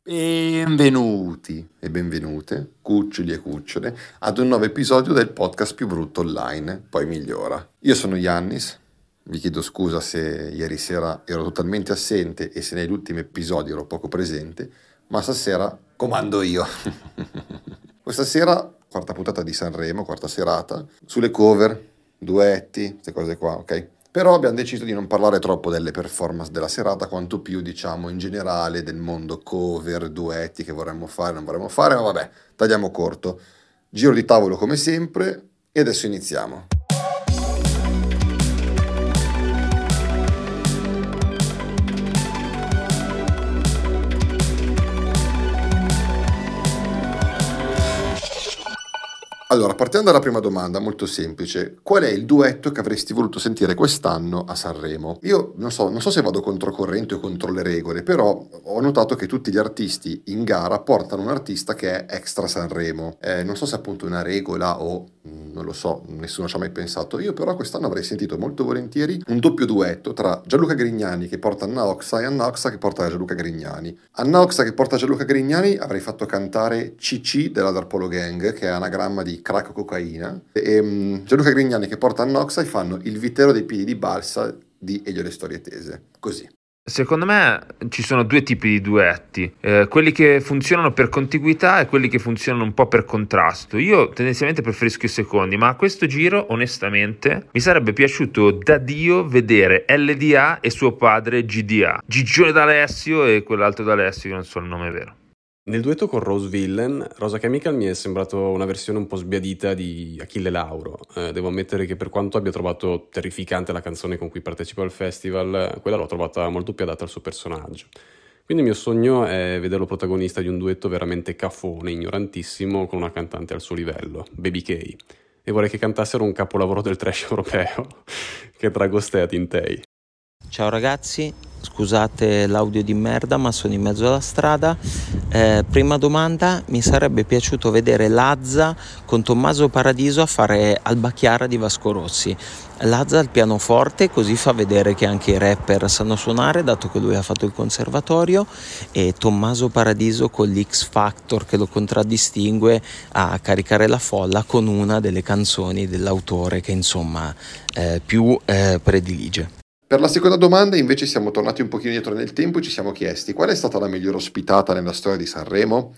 Benvenuti e benvenute, cuccioli e cucciole, ad un nuovo episodio del podcast più brutto online, poi migliora. Io sono Yannis, vi chiedo scusa se ieri sera ero totalmente assente e se negli ultimi episodi ero poco presente, ma stasera comando io. Questa sera, quarta puntata di Sanremo, quarta serata, sulle cover, duetti, queste cose qua, ok? Però abbiamo deciso di non parlare troppo delle performance della serata, quanto più, diciamo, in generale del mondo cover, duetti che vorremmo fare, non vorremmo fare, ma vabbè, tagliamo corto. Giro di tavolo come sempre e adesso iniziamo. Allora, partendo dalla prima domanda, molto semplice. Qual è il duetto che avresti voluto sentire quest'anno a Sanremo? Io non so se vado controcorrente o contro le regole, però ho notato che tutti gli artisti in gara portano un artista che è extra Sanremo. Non so se appunto è una regola o non lo so, nessuno ci ha mai pensato. Io però quest'anno avrei sentito molto volentieri un doppio duetto tra Gianluca Grignani che porta Anna Oxa e Anna Oxa che porta Gianluca Grignani. Anna Oxa che porta Gianluca Grignani avrei fatto cantare CC della Darpolo Gang, che è anagramma di crack cocaina, e Gianluca Grignani che porta Anna Oxa e fanno Il vitero dei piedi di balsa di Elio Le Storie Tese. Così. Secondo me ci sono due tipi di duetti, quelli che funzionano per contiguità e quelli che funzionano un po' per contrasto. Io tendenzialmente preferisco i secondi, ma a questo giro onestamente mi sarebbe piaciuto da Dio vedere LDA e suo padre GDA, Gigione D'Alessio e quell'altro D'Alessio che non so il nome vero. Nel duetto con Rose Villain, Rosa Chemical mi è sembrato una versione un po' sbiadita di Achille Lauro. Devo ammettere che per quanto abbia trovato terrificante la canzone con cui partecipa al festival, quella l'ho trovata molto più adatta al suo personaggio. Quindi il mio sogno è vederlo protagonista di un duetto veramente cafone, ignorantissimo, con una cantante al suo livello, Baby K. E vorrei che cantassero un capolavoro del trash europeo, che Dragostea e Tintei. Ciao ragazzi, scusate l'audio di merda ma sono in mezzo alla strada. Prima domanda, mi sarebbe piaciuto vedere Lazza con Tommaso Paradiso a fare Alba Chiara di Vasco Rossi. Lazza al pianoforte, così fa vedere che anche i rapper sanno suonare, dato che lui ha fatto il conservatorio, e Tommaso Paradiso con l'X Factor che lo contraddistingue a caricare la folla con una delle canzoni dell'autore che insomma più predilige. Per la seconda domanda invece siamo tornati un pochino indietro nel tempo e ci siamo chiesti qual è stata la miglior ospitata nella storia di Sanremo.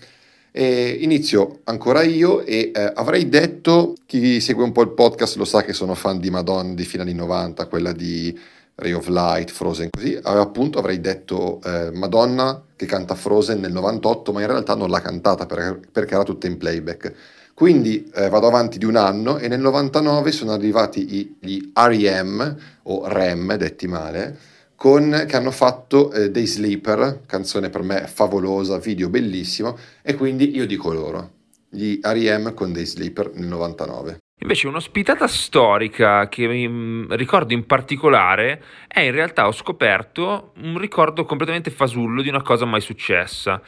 Inizio ancora io e avrei detto, chi segue un po' il podcast lo sa che sono fan di Madonna di fine anni 90, quella di Ray of Light, Frozen, così, appunto avrei detto Madonna che canta Frozen nel 98, ma in realtà non l'ha cantata perché era tutta in playback. Quindi vado avanti di un anno e nel 99 sono arrivati gli R.E.M. o REM, detti male, che hanno fatto Day Sleeper, canzone per me favolosa, video bellissimo, e quindi io dico loro, gli R.E.M. con Day Sleeper nel 99. Invece un'ospitata storica che mi ricordo in particolare è in realtà ho scoperto un ricordo completamente fasullo di una cosa mai successa.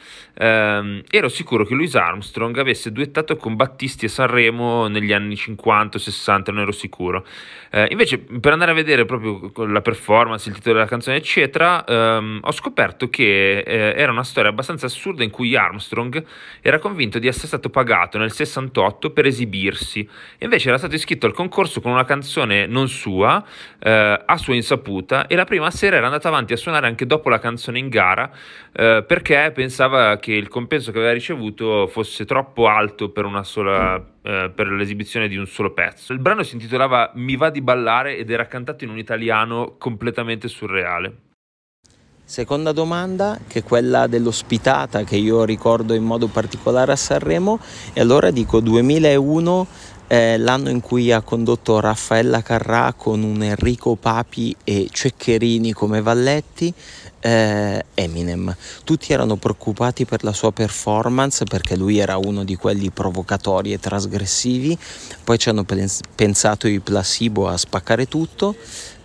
Ero sicuro che Louis Armstrong avesse duettato con Battisti a Sanremo negli anni 50 o 60, non ero sicuro. Invece per andare a vedere proprio la performance, il titolo della canzone eccetera, ho scoperto che era una storia abbastanza assurda in cui Armstrong era convinto di essere stato pagato nel 68 per esibirsi. Invece era stato iscritto al concorso con una canzone non sua, a sua insaputa, e la prima sera era andato avanti a suonare anche dopo la canzone in gara, perché pensava che il compenso che aveva ricevuto fosse troppo alto per una sola per l'esibizione di un solo pezzo. Il brano si intitolava Mi va di ballare ed era cantato in un italiano completamente surreale. Seconda domanda, che è quella dell'ospitata che io ricordo in modo particolare a Sanremo, e allora dico 2001, l'anno in cui ha condotto Raffaella Carrà con un Enrico Papi e Ceccherini come valletti, Eminem. Tutti erano preoccupati per la sua performance perché lui era uno di quelli provocatori e trasgressivi, poi ci hanno pensato i Placebo a spaccare tutto,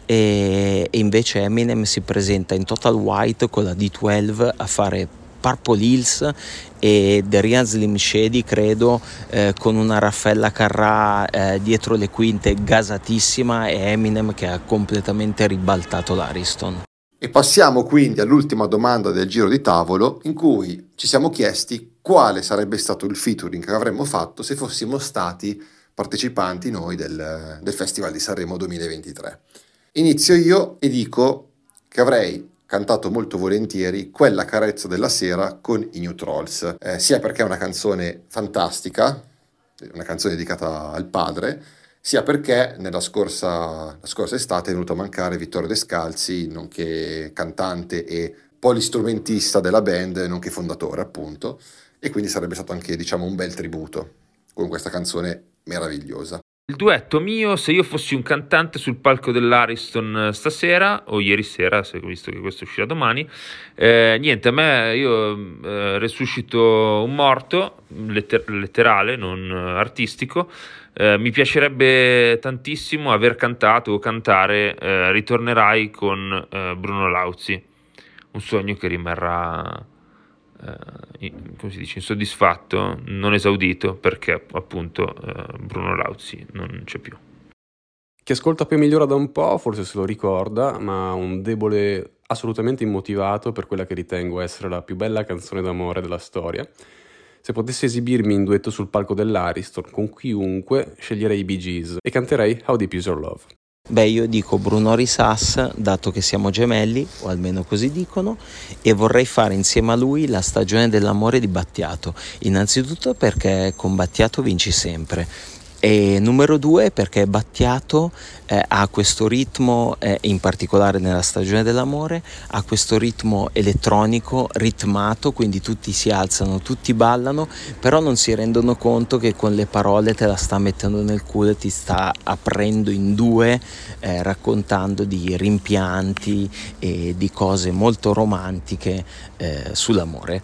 e invece Eminem si presenta in Total White con la D12 a fare Purple Hills e The Real Slim Shady, credo, con una Raffaella Carrà dietro le quinte gasatissima, e Eminem che ha completamente ribaltato l'Ariston. E passiamo quindi all'ultima domanda del giro di tavolo, in cui ci siamo chiesti quale sarebbe stato il featuring che avremmo fatto se fossimo stati partecipanti noi del Festival di Sanremo 2023. Inizio io e dico che avrei cantato molto volentieri Quella carezza della sera con i New Trolls, sia perché è una canzone fantastica, una canzone dedicata al padre, sia perché la scorsa estate è venuto a mancare Vittorio Descalzi, nonché cantante e polistrumentista della band, nonché fondatore appunto, e quindi sarebbe stato anche, diciamo, un bel tributo con questa canzone meravigliosa. Il duetto mio, se io fossi un cantante sul palco dell'Ariston stasera, o ieri sera, visto che questo uscirà domani, niente, a me io resuscito un morto, letterale, non artistico. Mi piacerebbe tantissimo aver cantato o cantare Ritornerai con Bruno Lauzi, un sogno che rimarrà, come si dice, insoddisfatto, non esaudito, perché appunto Bruno Lauzi non c'è più. Chi ascolta poi migliora da un po', forse se lo ricorda, ma un debole assolutamente immotivato per quella che ritengo essere la più bella canzone d'amore della storia. Se potessi esibirmi in duetto sul palco dell'Ariston con chiunque, sceglierei i Bee Gees e canterei How Deep Is Your Love. Beh, io dico Bruno Risas, dato che siamo gemelli, o almeno così dicono, e vorrei fare insieme a lui La stagione dell'amore di Battiato. Innanzitutto perché con Battiato vinci sempre. E numero 2 perché Battiato ha questo ritmo, in particolare nella stagione dell'amore, ha questo ritmo elettronico, ritmato, quindi tutti si alzano, tutti ballano, però non si rendono conto che con le parole te la sta mettendo nel culo e ti sta aprendo in due, raccontando di rimpianti e di cose molto romantiche sull'amore.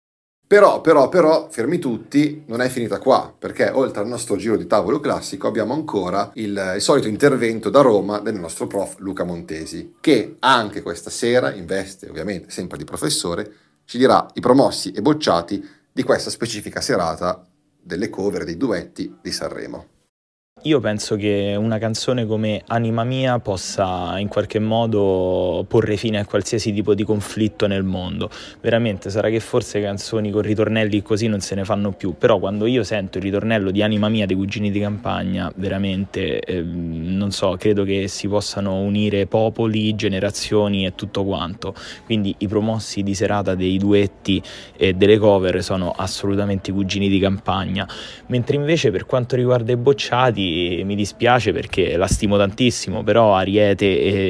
Però, fermi tutti, non è finita qua, perché oltre al nostro giro di tavolo classico abbiamo ancora il solito intervento da Roma del nostro prof Luca Montesi, che anche questa sera, in veste ovviamente sempre di professore, ci dirà i promossi e bocciati di questa specifica serata delle cover dei duetti di Sanremo. Io penso che una canzone come Anima Mia possa in qualche modo porre fine a qualsiasi tipo di conflitto nel mondo. Veramente, sarà che forse canzoni con ritornelli così non se ne fanno più, però quando io sento il ritornello di Anima Mia dei Cugini di Campagna, veramente, non so, credo che si possano unire popoli, generazioni e tutto quanto. Quindi i promossi di serata dei duetti e delle cover sono assolutamente i Cugini di Campagna. Mentre invece per quanto riguarda i bocciati, mi dispiace perché la stimo tantissimo, però Ariete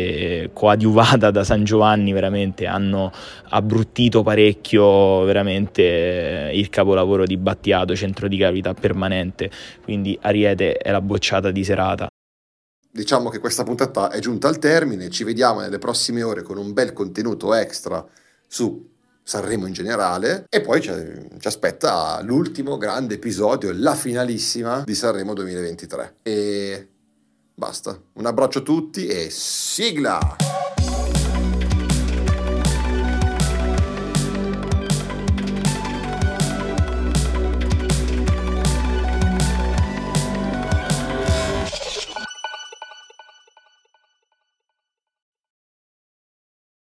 e coadiuvata da San Giovanni veramente hanno abbruttito parecchio veramente il capolavoro di Battiato, Centro di Gravità Permanente, quindi Ariete è la bocciata di serata. Diciamo che questa puntata è giunta al termine, ci vediamo nelle prossime ore con un bel contenuto extra su Sanremo in generale, e poi ci aspetta l'ultimo grande episodio, la finalissima di Sanremo 2023. E basta, un abbraccio a tutti e sigla!